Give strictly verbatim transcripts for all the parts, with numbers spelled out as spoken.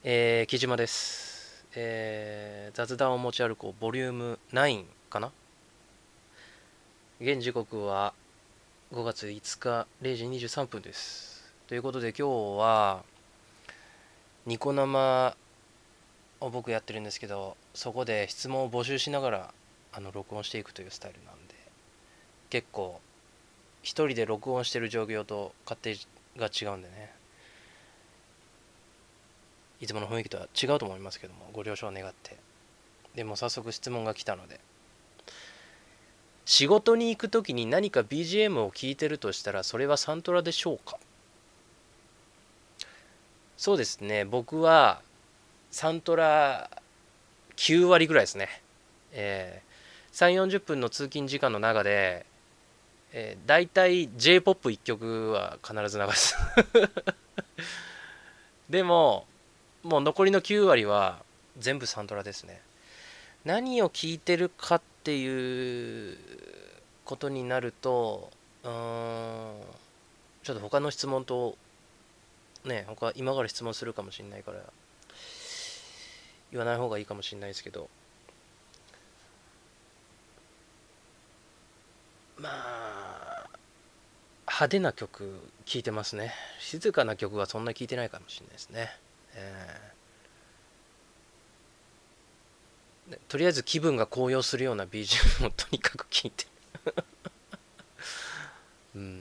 えー、木島です。えー、雑談を持ち歩こうボリュームナインかな。現時刻はごがついつかれいじにじゅうさんぷんです。ということで今日はニコ生を僕やってるんですけど、そこで質問を募集しながらあの録音していくというスタイルなんで、結構一人で録音してる状況と勝手が違うんでね、いつもの雰囲気とは違うと思いますけども、ご了承願って。でも早速質問が来たので、仕事に行くときに何か ビージーエム を聴いてるとしたらそれはサントラでしょうか？そうですね、僕はサントラきゅう割ぐらいですね。えー、さんじゅうよんじゅっぷんの通勤時間の中で、えー、大体 ジェイポップいっ 曲は必ず流すでももう残りのきゅう割は全部サントラですね。何を聴いてるかっていうことになると、うーんちょっと他の質問とね、他今から質問するかもしれないから言わない方がいいかもしれないですけど、まあ派手な曲聴いてますね。静かな曲はそんな聴いてないかもしれないですね。えーとりあえず気分が高揚するような ビージーエム をとにかく聴いてる。うん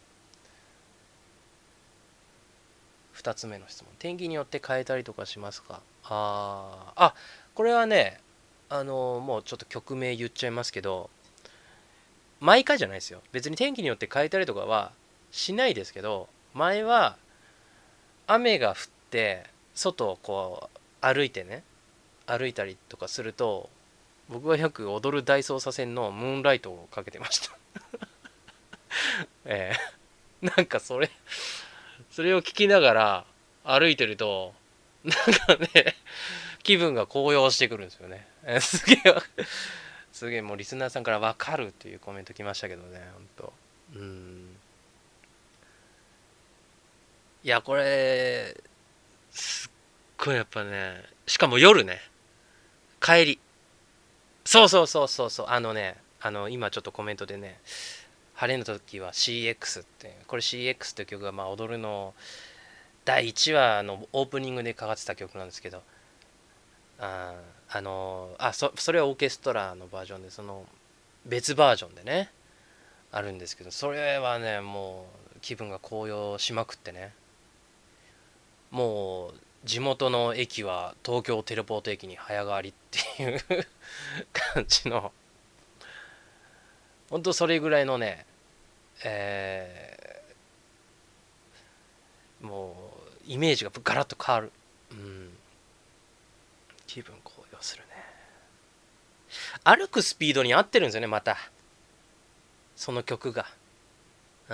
ふたつめの質問、天気によって変えたりとかしますか？あーあ、これはね、あのもうちょっと曲名言っちゃいますけど、毎回じゃないですよ。別に天気によって変えたりとかはしないですけど、前は雨が降って外をこう歩いてね、歩いたりとかすると、僕はよく踊る大捜査線のムーンライトをかけてましたええー、なんかそれそれを聞きながら歩いてると、なんかね、気分が高揚してくるんですよね。えー、すげえすげえ、もうリスナーさんから分かるっていうコメント来ましたけどね、ほんと。うん。いや、これ、すっごいやっぱね、しかも夜ね、帰り。そうそうそうそうそう、あのね、あの、今ちょっとコメントでね、晴れの時は シーエックス って、これ シーエックス という曲が、まあ、踊るのだいいちわのオープニングでかかってた曲なんですけど、ああのあそそれはオーケストラのバージョンで、その別バージョンでねあるんですけど、それはねもう気分が高揚しまくってね、もう地元の駅は東京テレポート駅に早変わりっていう感じの、ほんとそれぐらいのね、えーもうイメージがガラッと変わる。うん、気分高揚するね。歩くスピードに合ってるんですよね、またその曲が。うん、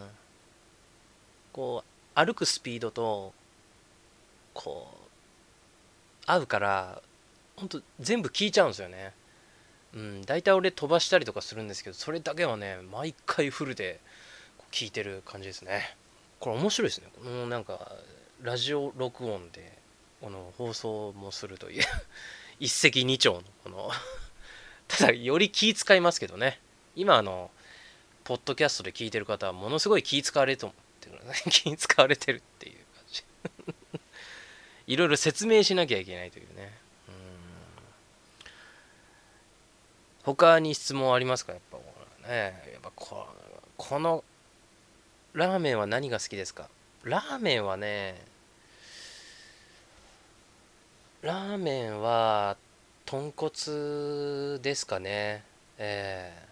こう歩くスピードとこう合うから、ほんと全部聞いちゃうんですよね。うん、大体俺飛ばしたりとかするんですけど、それだけはね毎回フルで聞いてる感じですね。これ面白いですね。このなんかラジオ録音でこの放送もするという一石二鳥のこのただより気使いますけどね。今あのポッドキャストで聞いてる方はものすごい気使われると思ってる、気使われてるっていう感じ。いろいろ説明しなきゃいけないというね。うん、他に質問ありますか？やっぱね、やっぱここのラーメンは何が好きですか？ラーメンはね、ラーメンは豚骨ですかね。え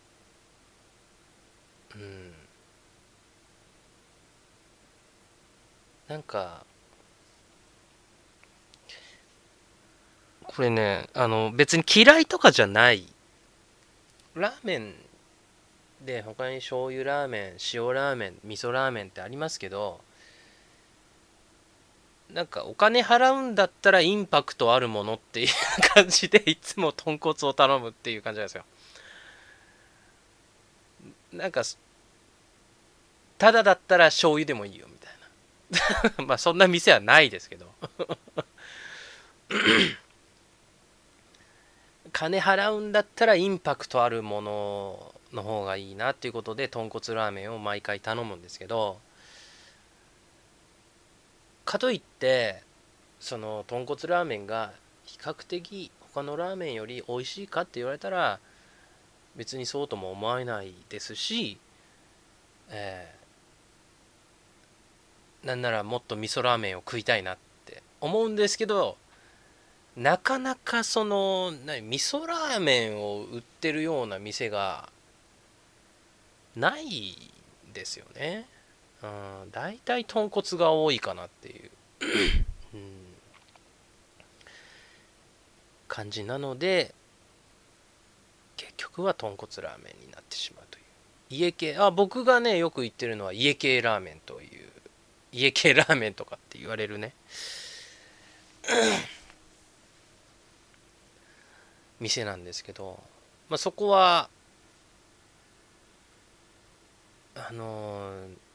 ー、うん。なんか、これね、あの、別に嫌いとかじゃない。ラーメンで他に醤油ラーメン、塩ラーメン、味噌ラーメンってありますけど、なんかお金払うんだったらインパクトあるものっていう感じでいつも豚骨を頼むっていう感じなんですよ。なんか、ただだったら醤油でもいいよみたいな。まあそんな店はないですけど。 金払うんだったらインパクトあるものの方がいいなっていうことで豚骨ラーメンを毎回頼むんですけど、かといってその豚骨ラーメンが比較的他のラーメンより美味しいかって言われたら別にそうとも思えないですし、えーなんならもっと味噌ラーメンを食いたいなって思うんですけど、なかなかその何味噌ラーメンを売ってるような店がないですよね。うん、大体豚骨が多いかなっていう、うん、感じなので、結局は豚骨ラーメンになってしまうという。家系、あ、僕がね、よく言ってるのは家系ラーメンという、家系ラーメンとかって言われるね、店なんですけど、まあ、そこは、あの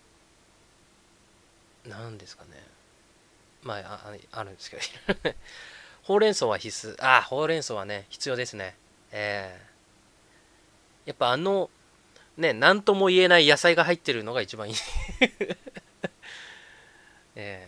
ーなんですかね。まあ、ああるんですけど、ほうれん草は必須。あ、ほうれん草はね、必要ですね。えー、やっぱあの、ね、なんとも言えない野菜が入ってるのが一番いい。え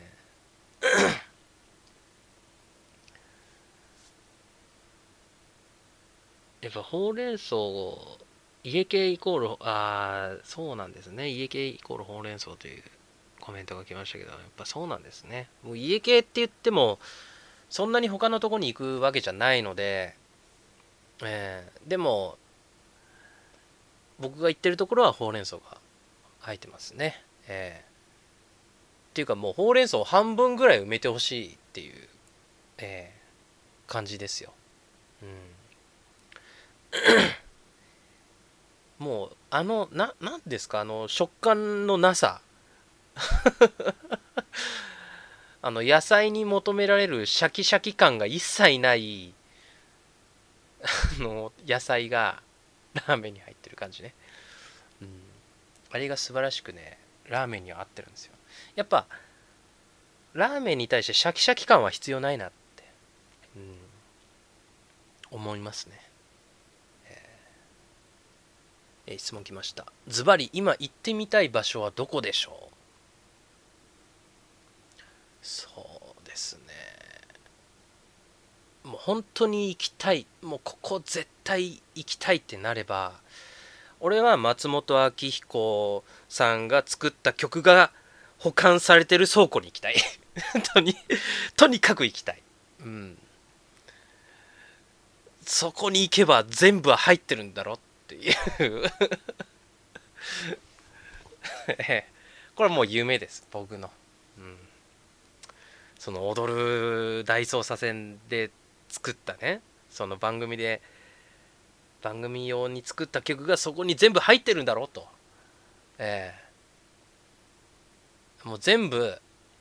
ー、やっぱほうれん草を、家系イコール、ああ、そうなんですね。家系イコールほうれん草というコメントが来ましたけど、やっぱそうなんですね。もう家系って言っても、そんなに他のとこに行くわけじゃないので、えー、でも、僕が行ってるところはほうれん草が入ってますね。えー、っていうかもうほうれん草を半分ぐらい埋めてほしいっていう、えー、感じですよ。うん、もうあのななんですか、あの食感のなさ、あの野菜に求められるシャキシャキ感が一切ないあの野菜がラーメンに入ってる感じね。うん、あれが素晴らしくね、ラーメンには合ってるんですよ。やっぱラーメンに対してシャキシャキ感は必要ないなって、うん、思いますね。えー質問来ました。ズバリ今行ってみたい場所はどこでしょう？そうですね、もう本当に行きたい、もうここ絶対行きたいってなれば、俺は松本明彦さんが作った曲が保管されてる倉庫に行きたい。とにとにかく行きたい。うん、そこに行けば全部入ってるんだろっていうこれはもう夢です、僕の。うん、その踊る大捜査線で作ったね、その番組で番組用に作った曲がそこに全部入ってるんだろうと、えーもう全部、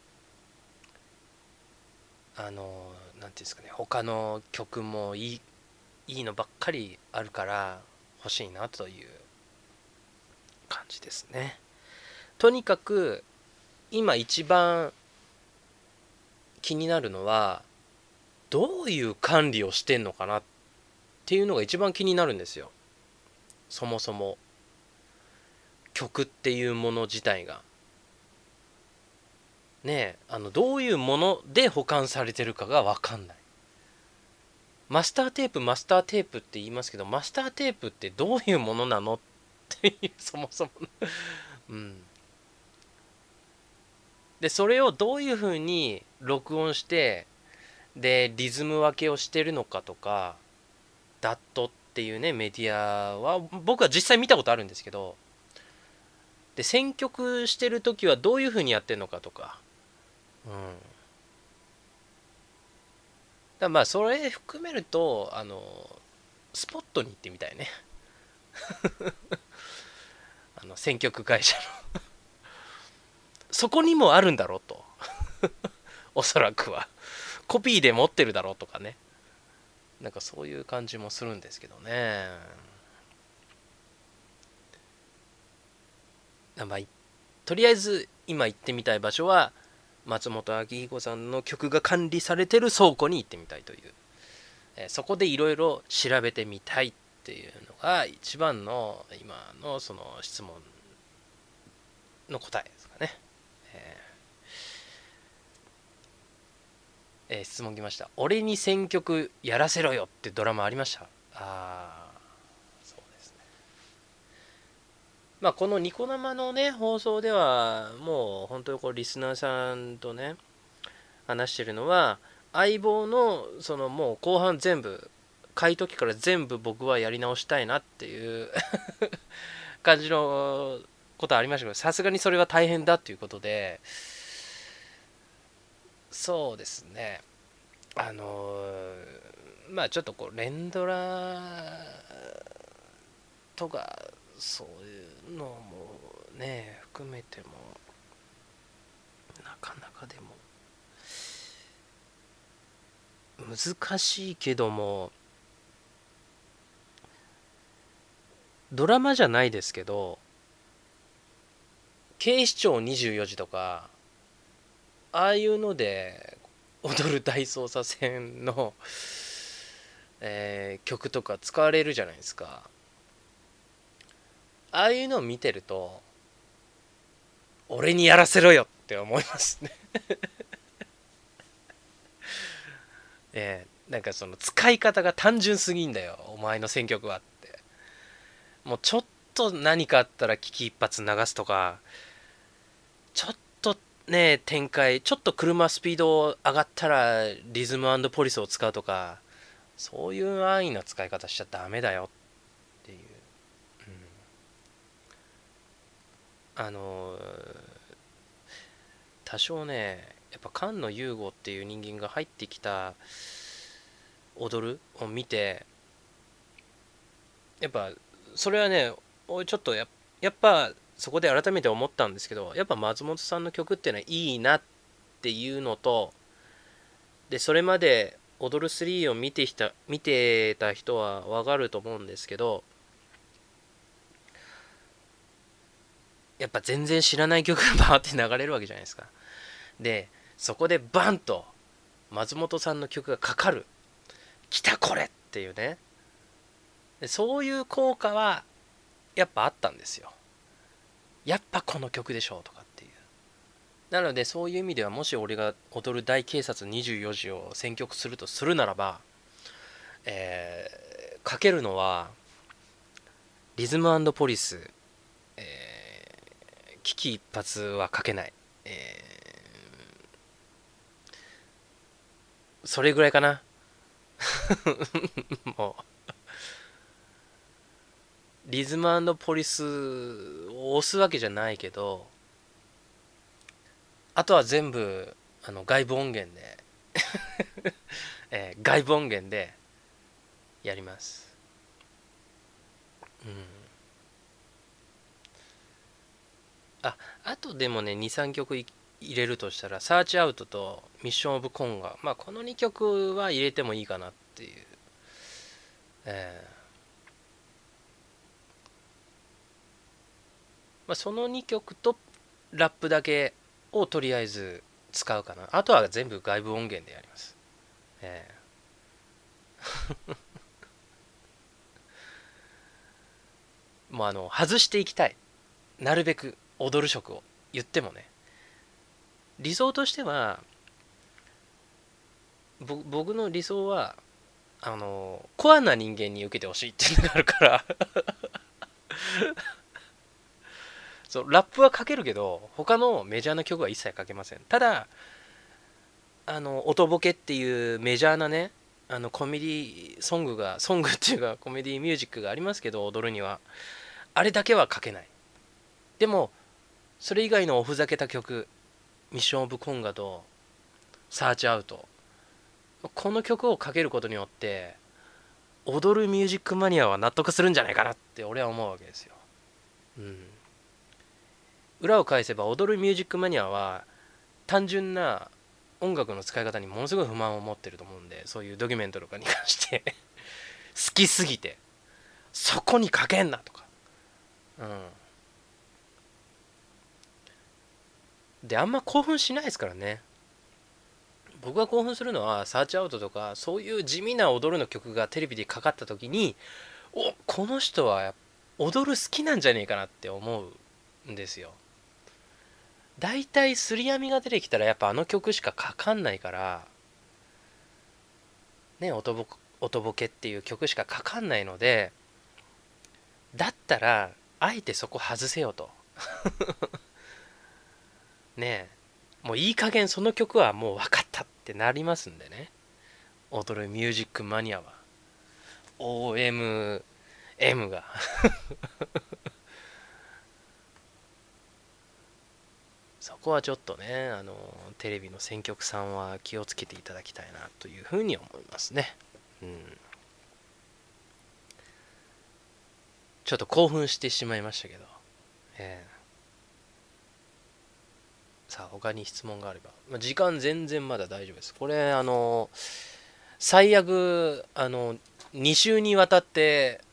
あのなんていうんですかね、他の曲もいいいいのばっかりあるから欲しいなという感じですね。とにかく今一番気になるのは、どういう管理をしてんのかなっていうのが一番気になるんですよ。そもそも曲っていうもの自体がね、あのどういうもので保管されてるかが分かんない。マスターテープマスターテープって言いますけど、マスターテープってどういうものなのっていう、そもそもうん、でそれをどういうふうに録音して、でリズム分けをしてるのかとか、ダットっていうねメディアは僕は実際見たことあるんですけど、で選曲してる時はどういうふうにやってるのかとか、うん、だまあそれ含めると、あのスポットに行ってみたいね。あの選曲会社のそこにもあるんだろうと、おそらくはコピーで持ってるだろうとかね、なんかそういう感じもするんですけどね。まあ、とりあえず今行ってみたい場所は松本明彦さんの曲が管理されてる倉庫に行ってみたいという、えーそこでいろいろ調べてみたいっていうのが一番の今のその質問の答えですかね。えーえー質問来ました。俺に選曲やらせろよってドラマありました？ああ、そうですね。まあこのニコ生のね放送ではもう本当にこうリスナーさんとね話してるのは、相棒のそのもう後半全部買い時から全部僕はやり直したいなっていう感じのことありましたけど、さすがにそれは大変だっていうことで、そうですね、あのーまあちょっとこう連ドラとかそういうのもね含めてもなかなかでも難しいけども、ドラマじゃないですけど警視庁にじゅうよじとかああいうので踊る大捜査線の、えー曲とか使われるじゃないですか。ああいうのを見てると俺にやらせろよって思いますね。えー、なんかその使い方が単純すぎんだよお前の選曲はって。もうちょっと何かあったら危機一髪流すとか、ちょっとね展開ちょっと車スピード上がったらリズムポリスを使うとか、そういう安易な使い方しちゃダメだよっていう、うん、あのー多少ねやっぱ菅野雄吾っていう人間が入ってきた踊るを見て、やっぱそれはねおいちょっとややっぱそこで改めて思ったんですけど、やっぱ松本さんの曲っていうのはいいなっていうのと、でそれまで踊るスリーを見てきた見てた人はわかると思うんですけど、やっぱ全然知らない曲がバーって流れるわけじゃないですか。でそこでバンと松本さんの曲がかかる、来たこれっていうね、でそういう効果はやっぱあったんですよ。やっぱこの曲でしょうとかっていう。なのでそういう意味ではもし俺が踊る大警察にじゅうよじを選曲するとするならば、えー、かけるのはリズムポリス、えー、危機一髪はかけない、えー、それぐらいかな。もうリズムポリスを押すわけじゃないけど、あとは全部あの外部音源で、えー外部音源でやります。うん。あ、あとでもね、に、さんきょくい入れるとしたら、サーチアウトとミッションオブコンガ。まあ、このにきょくは入れてもいいかなっていう。えーまあ、そのにきょくとラップだけをとりあえず使うかな。あとは全部外部音源でやります。えーもうあの、外していきたい。なるべく踊る色を。言ってもね。理想としては、僕の理想は、あの、コアな人間に受けてほしいっていうのがあるからそう、ラップはかけるけど、他のメジャーな曲は一切かけません。ただ、あの、音ボケっていうメジャーなね、あの、コメディソングが、ソングっていうか、コメディミュージックがありますけど、踊るには。あれだけはかけない。でも、それ以外のおふざけた曲、ミッションオブコンガと、サーチアウト。この曲をかけることによって、踊るミュージックマニアは納得するんじゃないかなって俺は思うわけですよ。うん。裏を返せば踊るミュージックマニアは単純な音楽の使い方にものすごい不満を持ってると思うんで、そういうドキュメントとかに関して好きすぎてそこにかけんなとか、うん、 であんま興奮しないですからね。僕が興奮するのはサーチアウトとかそういう地味な踊るの曲がテレビでかかった時に、お、この人は踊る好きなんじゃねえかなって思うんですよ。だいたいすり闇が出てきたらやっぱあの曲しかかかんないからね、音ボ音ボケっていう曲しかかかんないので、だったらあえてそこ外せよとねえ、もういい加減その曲はもう分かったってなりますんでね、踊るミュージックマニアは オーエムエム がそこはちょっとね、あのテレビの選曲さんは気をつけていただきたいなというふうに思いますね。うん、ちょっと興奮してしまいましたけど、えー、さあ他に質問があれば、まあ、時間全然まだ大丈夫です。これあの最悪あのに週にわたって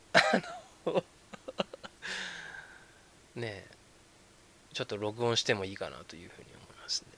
ねちょっと録音してもいいかなというふうに思いますね。